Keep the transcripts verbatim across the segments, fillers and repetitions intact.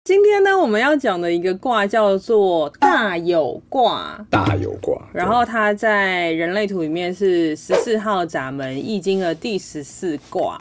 今天呢，我们要讲的一个卦叫做大有卦。 大有卦， 然后它在人类图里面是十四号闸门，易经的第十四卦。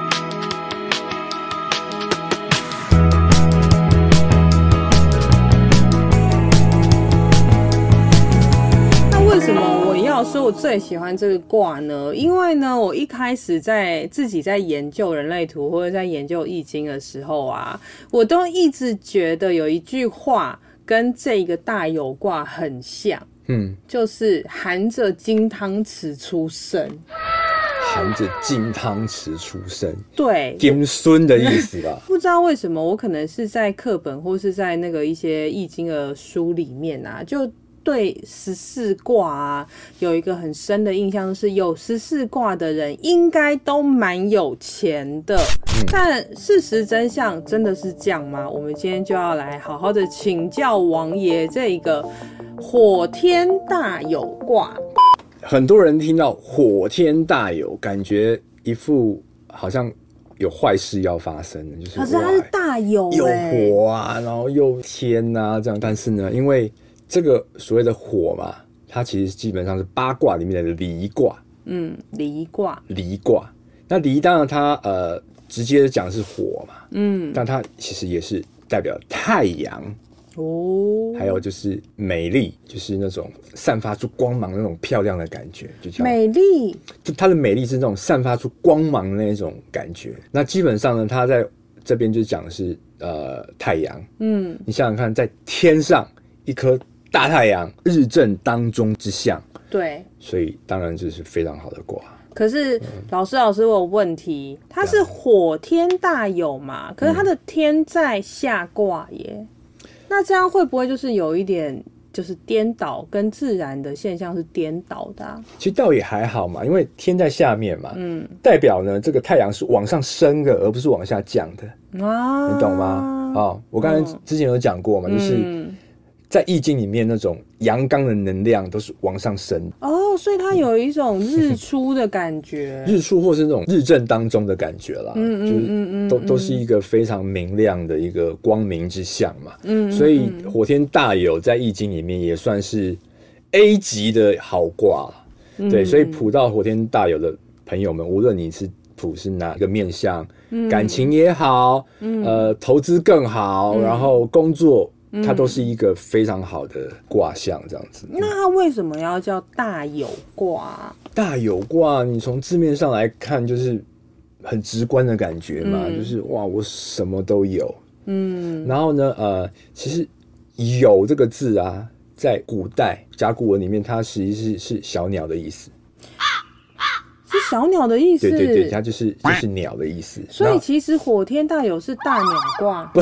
为什么我要说我最喜欢这个卦呢？因为呢，我一开始在自己在研究人类图或者在研究易经的时候啊，我都一直觉得有一句话跟这个大有卦很像，嗯，就是含着金汤匙出生。 含着金汤匙出生， 对， 金孙的意思吧？ 不知道为什么，我可能是在课本或是在那个一些易经的书里面啊，就对十四卦啊有一个很深的印象，就是有十四卦的人应该都蛮有钱的。嗯、但事实真相真的是这样吗？我们今天就要来好好的请教王爷这个火天大有卦。 很多人听到火天大有，感觉一副好像有坏事要发生的，就是可是它是大有、欸， 又火啊，然后又天啊这样。但是呢，因为这个所谓的火嘛，它其实基本上是八卦里面的离卦。嗯， 离卦， 离卦。那离当然它呃直接讲是火嘛，嗯，但它其实也是代表太阳。哦，还有就是美丽，就是那种散发出光芒那种漂亮的感觉，就叫美丽。 就它的美丽是那种散发出光芒的那种感觉。那基本上呢，它在这边就讲的是呃太阳。嗯，你想想看，在天上一颗大太阳，日正当中之象。 对， 所以当然就是非常好的卦。 可是、嗯、老师，老师，我有问题，它是火天大有嘛？可是它的天在下卦耶。嗯，那这样会不会就是有一点就是颠倒，跟自然的现象是颠倒的啊？ 其实倒也还好嘛，因为天在下面嘛，嗯，代表呢这个太阳是往上升的，而不是往下降的啊，你懂吗？哦，我刚才之前有讲过嘛，嗯、就是在易经里面那种阳刚的能量都是往上升哦，所以它有一种日出的感觉， 日出或是那种日正当中的感觉啦，嗯就是都都是一个非常明亮的一个光明之象嘛，嗯，所以火天大有在易经里面也算是 A 级的好卦，嗯、对，所以卜到火天大有的朋友们，无论你是卜是哪一个面向，嗯、感情也好，嗯、呃，投资更好，嗯、然后工作。它都是一个非常好的卦象，这样子。 那它为什么要叫大有卦？ 大有卦，你从字面上来看，就是很直观的感觉嘛，嗯、就是哇，我什么都有。嗯，然后呢，呃，其实“有”这个字啊，在古代甲骨文里面，它实际是是小鸟的意思。 是小鸟的意思？ 对对对，它就是就是鸟的意思。 所以其实火天大有是大鸟卦。 不。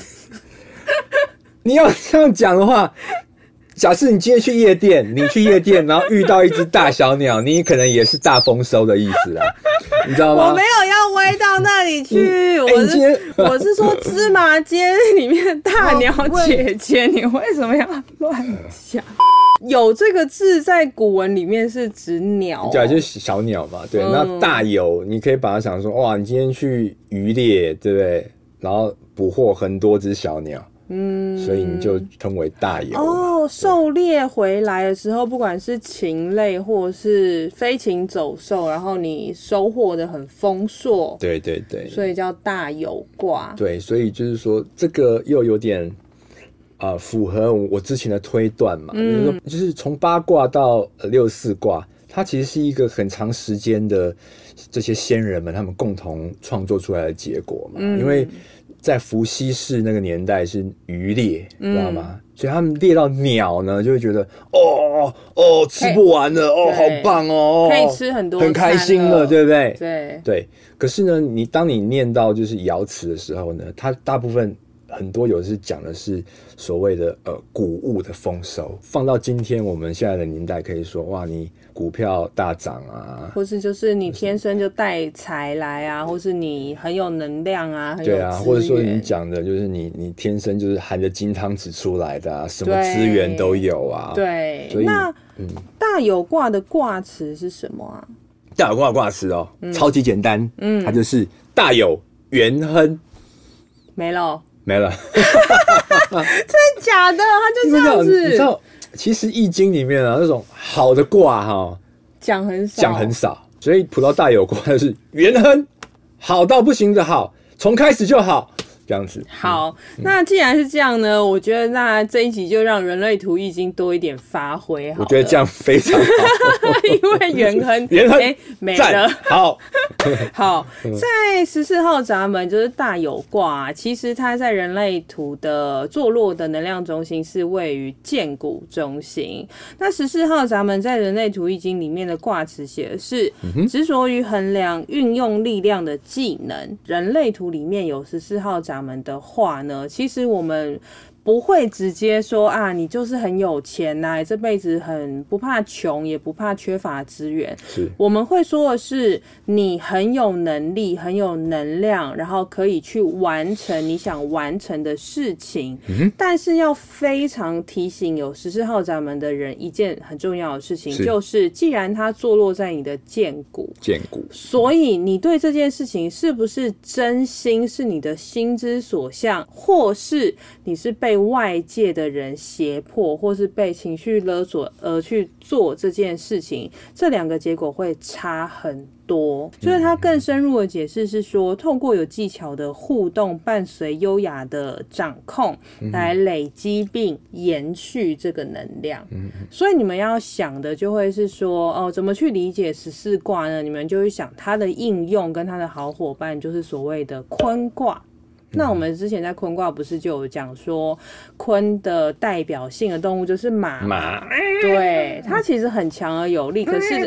你要这样讲的话，假设你今天去夜店，你去夜店，然后遇到一只大小鸟，你可能也是大丰收的意思啊，你知道吗？ 我没有要歪到那里去，我是、欸、我是说芝麻街里面大鸟姐姐，你为什么要乱讲？有这个字在古文里面是指鸟， 对，就是小鸟嘛，对。嗯、那大有，你可以把它想说，哇，你今天去渔猎，对不对？然后捕获很多只小鸟。嗯，所以你就称为大有哦。狩猎回来的时候，不管是禽类或是飞禽走兽，然后你收获的很丰硕， 对对对， 所以叫大有卦。 对，所以就是说这个又有点啊、呃、符合我之前的推断嘛，嗯、就是从八卦到六四卦，它其实是一个很长时间的这些先人们他们共同创作出来的结果嘛，嗯、因为。在伏羲氏那个年代是渔猎，嗯、知道吗？所以他们猎到鸟呢，就会觉得哦哦吃不完了，哦好棒哦， 可以吃很多， 很开心了，对不对？ 对对。可是呢，你当你念到就是爻辞的时候呢，它大部分很多有是讲的是所谓的呃谷物的丰收。放到今天我们现在的年代，可以说哇，你股票大涨啊， 或是就是你天生就带财来啊，或是你很有能量啊，很有对啊，或者说你讲的就是你你天生就是含着金汤匙出来的啊，什么资源都有啊。 对，所以那、嗯、大有卦的卦辞是什么啊？ 大有卦的卦辞哦、嗯，超级简单，嗯，它就是大有元亨。 没了。 没了。 真的假的？他就这样子。 你知道，其实易经里面啊，那种好的卦哈， 讲很少， 讲很少。所以普到大有卦就是元亨，好到不行的好，从开始就好。这样子好、嗯，那既然是这样呢，我觉得那这一集就让人类图易经多一点发挥好了。 我觉得这样非常好， 因为元亨元亨、 欸、没了。 好， 好，在十四号闸门就是大有卦、啊，其实它在人类图的坐落的能量中心是位于剑骨中心。那十四号闸门在人类图易经里面的卦辞写的是执着于衡量运用力量的技能。人类图里面有十四号闸门的话呢，其实我们不会直接说啊，你就是很有钱呐、啊，这辈子很不怕穷，也不怕缺乏资源。 是， 我们会说的是，你很有能力，很有能量，然后可以去完成你想完成的事情。嗯、但是要非常提醒有十四号闸门的人一件很重要的事情，是就是既然它坐落在你的剑骨， 剑骨， 所以你对这件事情是不是真心，是你的心之所向，或是你是被外界的人胁迫，或是被情绪勒索而去做这件事情，这两个结果会差很多。就是他更深入的解释是说，透过有技巧的互动，伴随优雅的掌控，来累积并延续这个能量。所以你们要想的就会是说，哦，怎么去理解十四卦呢？你们就会想它的应用跟它的好伙伴，就是所谓的坤卦。那我们之前在坤卦不是就有讲说，坤的代表性的动物就是马， 马， 对，它其实很强而有力，可是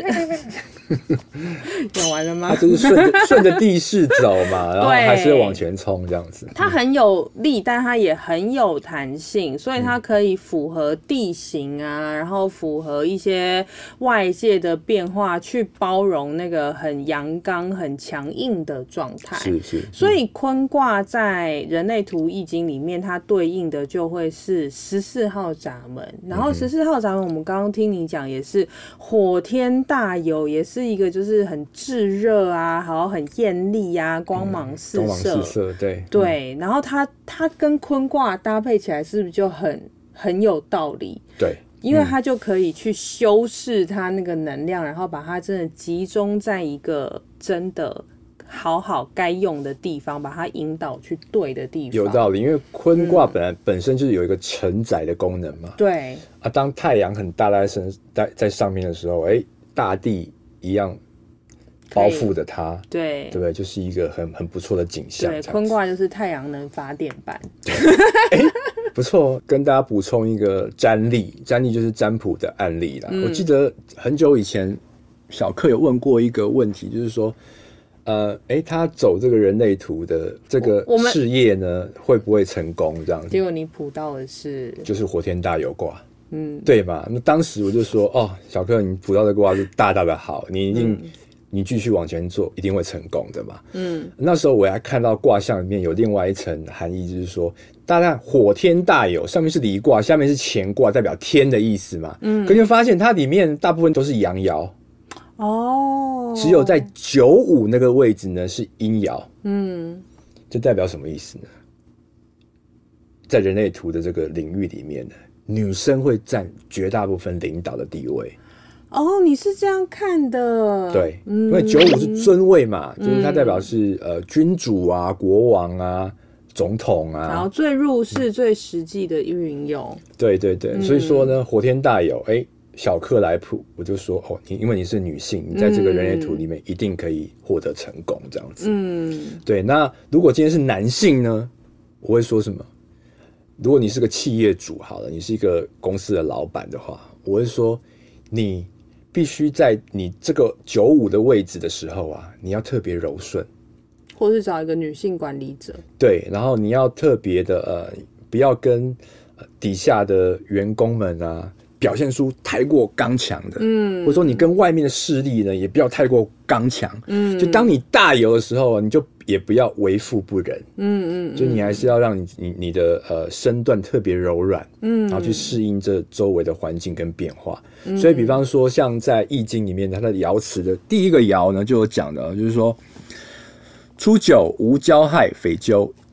演完了吗？ 它就是顺着顺着地势走嘛，然后还是往前冲这样子。 它很有力，但它也很有弹性，所以它可以符合地形啊，然后符合一些外界的变化，去包容那个很阳刚、很强硬的状态。 是是。 所以坤卦在人类图易经里面，它对应的就会是十四号闸门。然后十四号闸门，我们刚刚听你讲也是火天大有，也是一个就是很炙热啊，好很艳丽啊，光芒四射。嗯、光芒四射，对对。然后它它跟坤卦搭配起来，是不是就很很有道理？ 对。 因为它就可以去修饰它那个能量，然后把它真的集中在一个真的好好该用的地方，把它引导去对的地方。 有道理，因为坤卦本来、嗯、本身就是有一个承载的功能嘛。 对啊，当太阳很大在身在在上面的时候，哎，大地一样包覆着它， 对对不对？就是一个很很不错的景象。 对，坤卦就是太阳能发电板。 不错，跟大家补充一个占例，占例就是占卜的案例啦、嗯。我记得很久以前小克有问过一个问题，就是说，呃，哎，他走这个人类图的这个事业呢，会不会成功？这样子。 结果你卜到的是， 就是火天大有卦，嗯，对嘛？那当时我就说，哦，小克，你卜到的卦是大大的好，你一定。嗯你继续往前做，一定会成功的嘛。嗯，那时候我还看到卦象里面有另外一层含义，就是说，大家火天大有，上面是离卦，下面是乾卦，代表天的意思嘛。嗯，可你会发现它里面大部分都是阳爻。哦，只有在九五那个位置呢是阴爻。嗯，这代表什么意思呢？在人类图的这个领域里面呢，女生会占绝大部分领导的地位。 哦，你是这样看的？ 对，嗯、因为九五是尊位嘛，嗯、就是它代表是呃君主啊、国王啊、总统啊， 然后最入世、嗯、最实际的运用。 对对对，嗯、所以说呢，火天大有，哎，小克来卜，我就说哦，你因为你是女性，你在这个人类图里面一定可以获得成功，这样子。嗯，对。那如果今天是男性呢，我会说什么？如果你是个企业主，好了，你是一个公司的老板的话，我会说你。必须在你这个九五的位置的时候啊，你要特别柔顺， 或是找一个女性管理者。 对，然后你要特别的呃，不要跟、呃、底下的员工们啊表现出太过刚强的，嗯，或者说你跟外面的势力呢也不要太过刚强，嗯，就当你大有的时候，你就也不要为富不仁，嗯嗯，就你还是要让你你你的呃身段特别柔软，嗯，然后去适应这周围的环境跟变化。嗯、所以，比方说像在《易经》里面，它的爻辞的第一个爻呢，就有讲的，就是说初九无交害匪咎，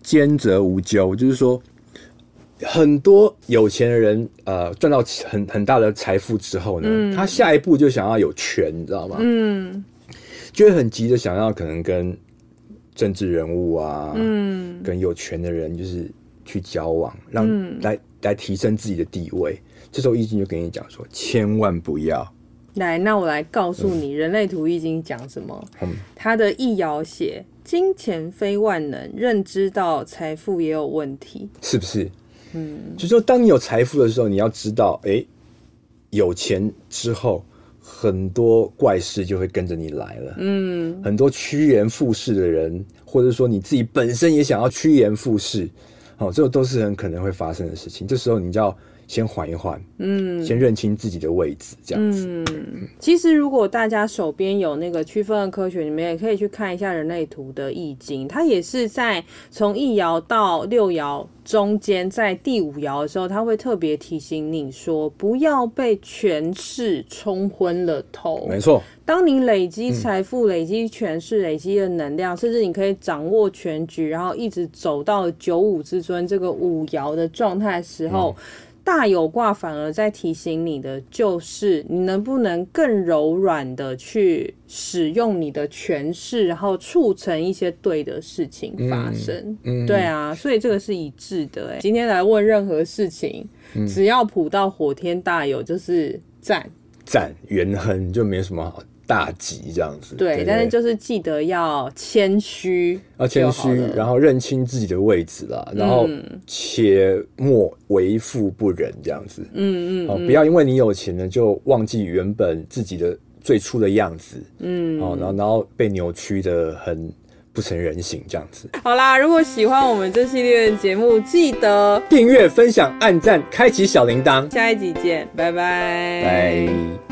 兼则无咎，就是说，很多有钱的人，呃，赚到很很大的财富之后呢，嗯、他下一步就想要有权，你知道吗？嗯，就会很急的想要可能跟政治人物啊，嗯，跟有权的人就是去交往，让、嗯、来来提升自己的地位。这时候易经就跟你讲说，千万不要。 来，那我来告诉你，嗯、人类图易经讲什么？嗯、它的一爻写。金钱非万能，认知到财富也有问题， 是不是？嗯，就是说，当你有财富的时候，你要知道，哎、欸，有钱之后，很多怪事就会跟着你来了。嗯，很多趋炎附势的人，或者说你自己本身也想要趋炎附势，哦，这都是很可能会发生的事情。这时候你就要先缓一缓，嗯，先认清自己的位置，这样子。 嗯，其实如果大家手边有那个区分的科学，你们也可以去看一下人类图的易经，它也是在从一爻到六爻中间，在第五爻的时候，它会特别提醒你说，不要被权势冲昏了头。 没错。 当你累积财富、嗯、累积权势、累积的能量，甚至你可以掌握全局，然后一直走到九五之尊这个五爻的状态的时候。嗯，大有卦反而在提醒你的就是你能不能更柔软的去使用你的权势，然后促成一些对的事情发生。嗯嗯、对啊，所以这个是一致的。今天来问任何事情，嗯、只要卜到火天大有就是赞赞，元亨就没什么好大吉这样子。 对，对对，但是就是记得要谦虚， 要谦虚，然后认清自己的位置啦，然后且莫为富不仁这样子。嗯嗯，哦，不要因为你有钱了就忘记原本自己的最初的样子。嗯，哦，然后然后被扭曲的很不成人形这样子。 好啦，如果喜欢我们这系列的节目，记得订阅、分享、按赞、开启小铃铛。 下一集见，拜拜。 拜。